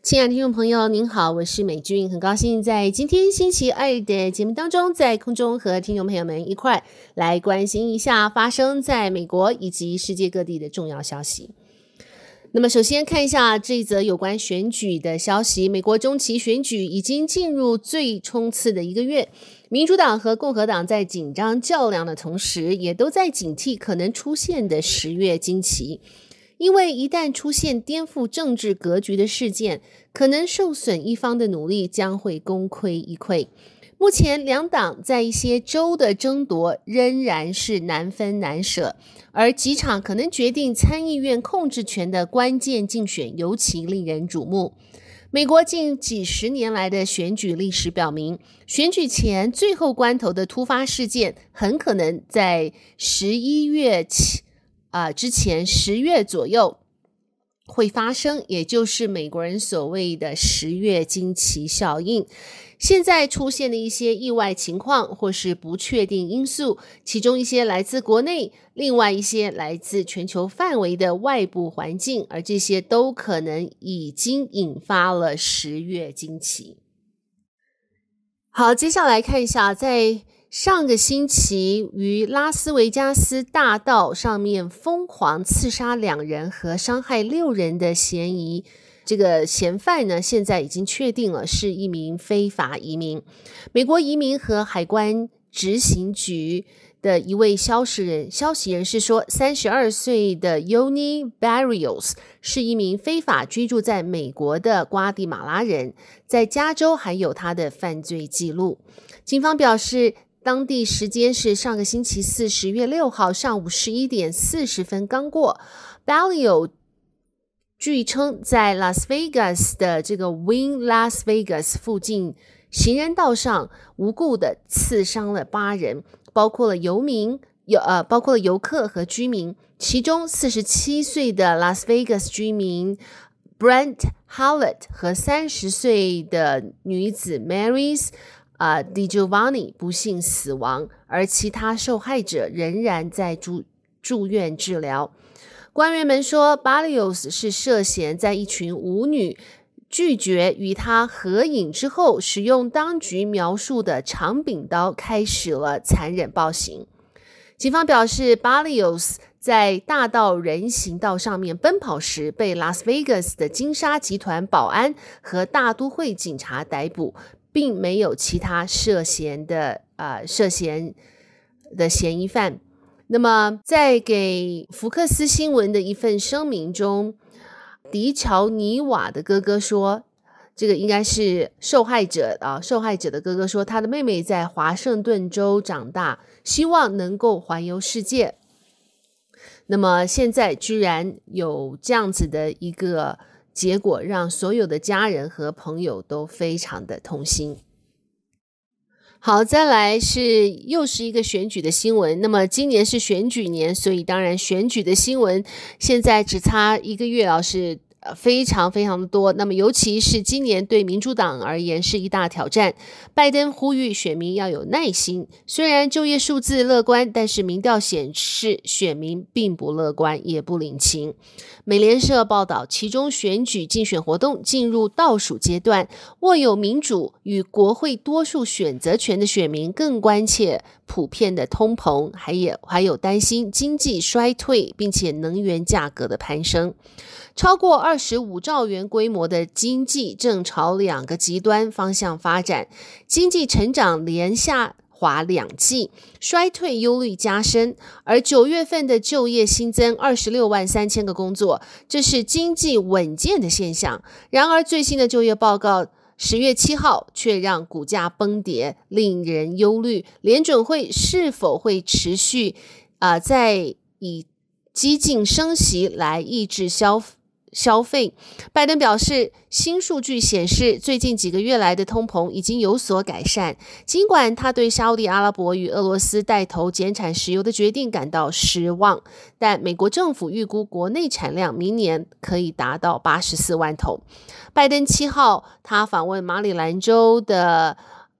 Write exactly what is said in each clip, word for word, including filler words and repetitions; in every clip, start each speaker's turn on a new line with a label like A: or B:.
A: 亲爱的听众朋友您好，我是美君，很高兴在今天星期二的节目当中，在空中和听众朋友们一块来关心一下发生在美国以及世界各地的重要消息。那么首先看一下这一则有关选举的消息，美国中期选举已经进入最冲刺的一个月，民主党和共和党在紧张较量的同时，也都在警惕可能出现的十月惊奇。因为一旦出现颠覆政治格局的事件，可能受损一方的努力将会功亏一篑。目前两党在一些州的争夺仍然是难分难舍，而几场可能决定参议院控制权的关键竞选尤其令人瞩目。美国近几十年来的选举历史表明，选举前最后关头的突发事件很可能在十一月起啊、呃，之前十月左右会发生，也就是美国人所谓的十月惊奇效应。现在出现的一些意外情况或是不确定因素，其中一些来自国内，另外一些来自全球范围的外部环境，而这些都可能已经引发了十月惊奇。好，接下来看一下，在上个星期于拉斯维加斯大道上面疯狂刺杀两人和伤害六人的嫌疑，这个嫌犯呢，现在已经确定了是一名非法移民。美国移民和海关执行局的一位消息人消息人士说，三十二岁的 Yoni Barrios 是一名非法居住在美国的瓜地马拉人，在加州还有他的犯罪记录。警方表示，当地时间是上个星期四十月六号上午十一点四十分刚过。 Barrios 据称在 Las Vegas 的这个 Wynn Las Vegas 附近行人道上无故的刺伤了八人，包括了游民有呃包括了游客和居民，其中四十七岁的 Las Vegas 居民 Brent Hallett 和三十岁的女子 Marys Uh, DiGiovanni 不幸死亡，而其他受害者仍然在住住院治疗。官员们说， Barrios 是涉嫌在一群舞女拒绝与他合影之后，使用当局描述的长柄刀开始了残忍暴行。警方表示， Barrios 在大道人行道上面奔跑时，被拉斯维加斯的金沙集团保安和大都会警察逮捕，并没有其他涉嫌的呃涉嫌的嫌疑犯。那么在给福克斯新闻的一份声明中，迪乔尼瓦的哥哥说，这个应该是受害者啊，受害者的哥哥说，他的妹妹在华盛顿州长大，希望能够环游世界。那么现在居然有这样子的一个结果，让所有的家人和朋友都非常的痛心。好，再来是又是一个选举的新闻。那么今年是选举年，所以当然选举的新闻现在只差一个月啊，是非常非常的多。那么尤其是今年对民主党而言是一大挑战。拜登呼吁选民要有耐心，虽然就业数字乐观，但是民调显示选民并不乐观也不领情。美联社报道，其中选举竞选活动进入倒数阶段，握有民主与国会多数选择权的选民更关切普遍的通膨，还有还有担心经济衰退，并且能源价格的攀升。超过二十五兆元规模的经济正朝两个极端方向发展，经济成长连下滑两季，衰退忧虑加深，而九月份的就业新增二十六万三千个工作，这是经济稳健的现象。然而最新的就业报告十月七号却让股价崩跌，令人忧虑联准会是否会持续呃，在以激进升息来抑制消费消费。拜登表示，新数据显示最近几个月来的通膨已经有所改善，尽管他对沙烏地阿拉伯与俄罗斯带头减产石油的决定感到失望，但美国政府预估国内产量明年可以达到八十四万桶。拜登七号他访问马里兰州的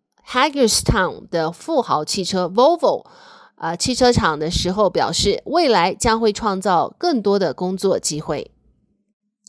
A: Hagerstown 的富豪汽车 Volvo呃，汽车厂的时候表示，未来将会创造更多的工作机会。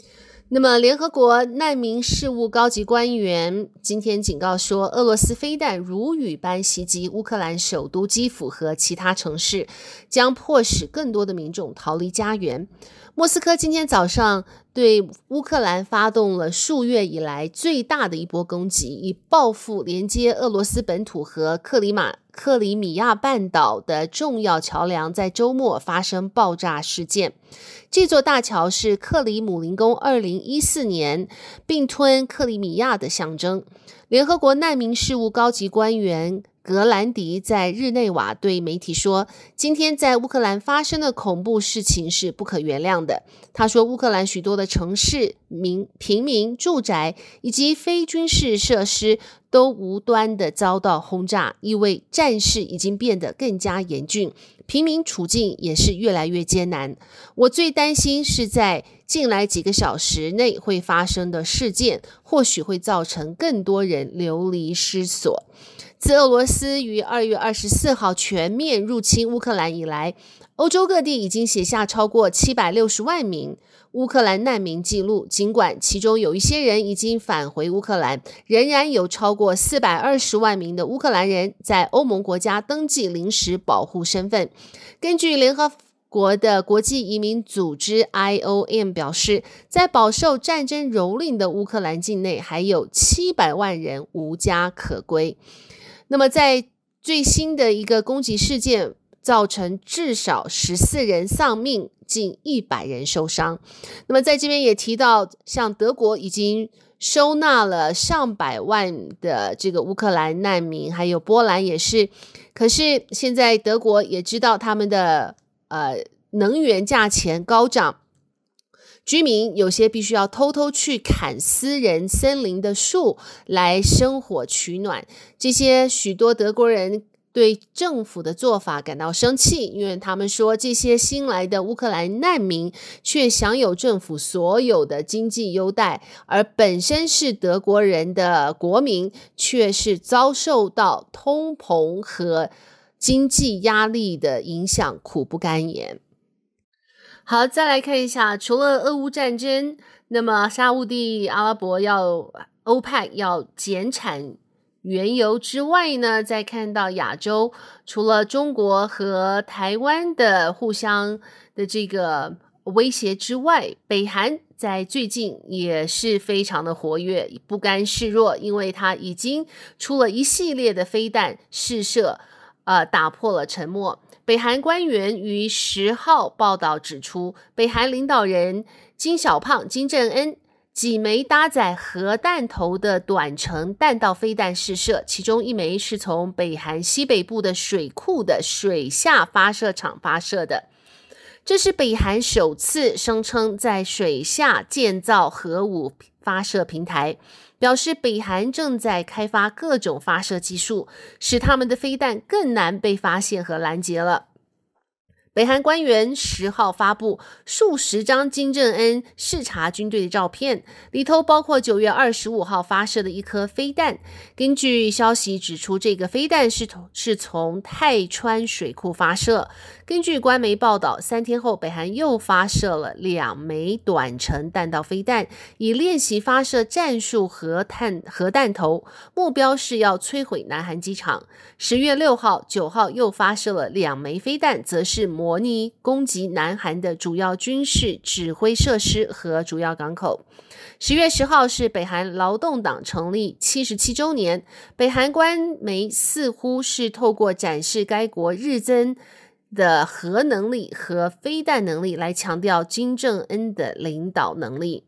A: 那么联合国难民事务高级官员今天警告说，俄罗斯飞弹如雨般袭击乌克兰首都基辅和其他城市，将迫使更多的民众逃离家园。莫斯科今天早上对乌克兰发动了数月以来最大的一波攻击，以报复连接俄罗斯本土和克里马克里米亚半岛的重要桥梁在周末发生爆炸事件。这座大桥是克里姆林宫二零一四年并吞克里米亚的象征。联合国难民事务高级官员格兰迪在日内瓦对媒体说，今天在乌克兰发生的恐怖事情是不可原谅的。他说，乌克兰许多的城市、民、平民、住宅以及非军事设施都无端的遭到轰炸，意味战事已经变得更加严峻，平民处境也是越来越艰难。我最担心是在近来几个小时内会发生的事件，或许会造成更多人流离失所。自俄罗斯于二月二十四号全面入侵乌克兰以来，欧洲各地已经写下超过七百六十万名乌克兰难民记录，尽管其中有一些人已经返回乌克兰，仍然有超过四百二十万名的乌克兰人在欧盟国家登记临时保护身份。根据联合国的国际移民组织 I O M 表示，在饱受战争蹂躏的乌克兰境内，还有七百万人无家可归。那么在最新的一个攻击事件造成至少十四人丧命，近一百人受伤。那么在这边也提到，像德国已经收纳了上百万的这个乌克兰难民，还有波兰也是。可是现在德国也知道他们的呃能源价钱高涨，居民有些必须要偷偷去砍私人森林的树来生火取暖。这些许多德国人对政府的做法感到生气，因为他们说这些新来的乌克兰难民却享有政府所有的经济优待，而本身是德国人的国民却是遭受到通膨和经济压力的影响，苦不堪言。好，再来看一下，除了俄乌战争，那么沙烏地阿拉伯要 欧佩克 要减产原油之外呢，再看到亚洲，除了中国和台湾的互相的这个威胁之外，北韩在最近也是非常的活跃，不甘示弱，因为它已经出了一系列的飞弹试射，呃，打破了沉默。北韩官员于十号报道指出，北韩领导人金小胖金正恩几枚搭载核弹头的短程弹道飞弹试射，其中一枚是从北韩西北部的水库的水下发射场发射的。这是北韩首次声称在水下建造核武发射平台，表示北韩正在开发各种发射技术，使他们的飞弹更难被发现和拦截了。北韩官员十号发布数十张金正恩视察军队的照片，里头包括九月二十五号发射的一颗飞弹。根据消息指出，这个飞弹是是从泰川水库发射。根据官媒报道，三天后北韩又发射了两枚短程弹道飞弹，以练习发射战术核弹核弹头，目标是要摧毁南韩机场。十月六号、九号又发射了两枚飞弹，则是模模拟攻击南韩的主要军事指挥设施和主要港口。十月十号是北韩劳动党成立七十七周年，北韩官媒似乎是透过展示该国日增的核能力和飞弹能力来强调金正恩的领导能力。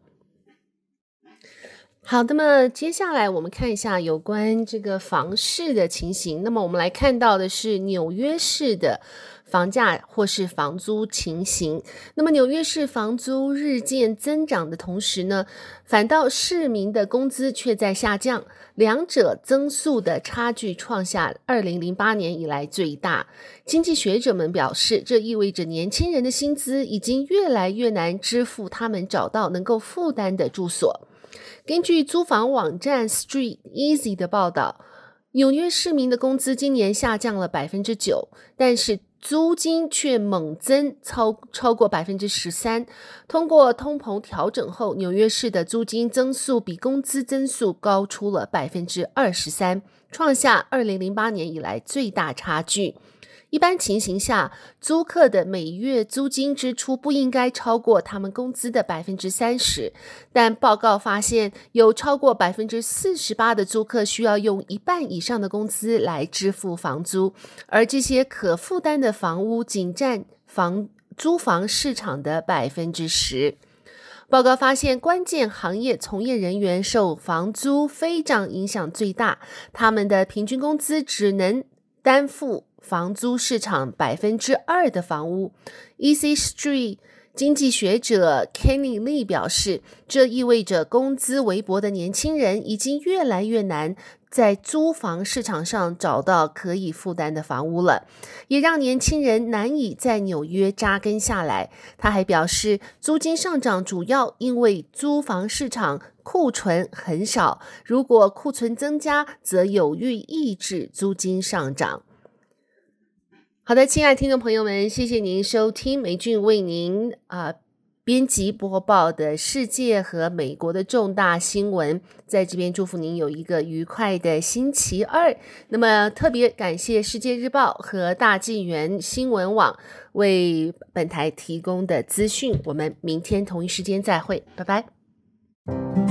A: 好，那么接下来我们看一下有关这个房市的情形。那么我们来看到的是纽约市的房价或是房租情形。那么纽约市房租日渐增长的同时呢，反倒市民的工资却在下降，两者增速的差距创下二零零八年以来最大。经济学者们表示，这意味着年轻人的薪资已经越来越难支付他们找到能够负担的住所。根据租房网站 Street Easy 的报道，纽约市民的工资今年下降了 百分之九， 但是租金却猛增超超过 百分之十三。 通过通膨调整后，纽约市的租金增速比工资增速高出了 百分之二十三， 创下二零零八年以来最大差距。一般情形下，租客的每月租金支出不应该超过他们工资的 百分之三十， 但报告发现有超过 百分之四十八 的租客需要用一半以上的工资来支付房租，而这些可负担的房屋仅占房租房市场的 百分之十。报告发现，关键行业从业人员受房租飞涨影响最大，他们的平均工资只能担负房租市场 百分之二 的房屋。 E C Street 经济学者 Kenny Lee 表示，这意味着工资微薄的年轻人已经越来越难在租房市场上找到可以负担的房屋了，也让年轻人难以在纽约扎根下来。他还表示，租金上涨主要因为租房市场库存很少，如果库存增加，则有利抑制租金上涨。好的，亲爱的听众朋友们，谢谢您收听美俊为您啊、呃、编辑播报的世界和美国的重大新闻，在这边祝福您有一个愉快的星期二。那么特别感谢世界日报和大纪元新闻网为本台提供的资讯，我们明天同一时间再会，拜拜。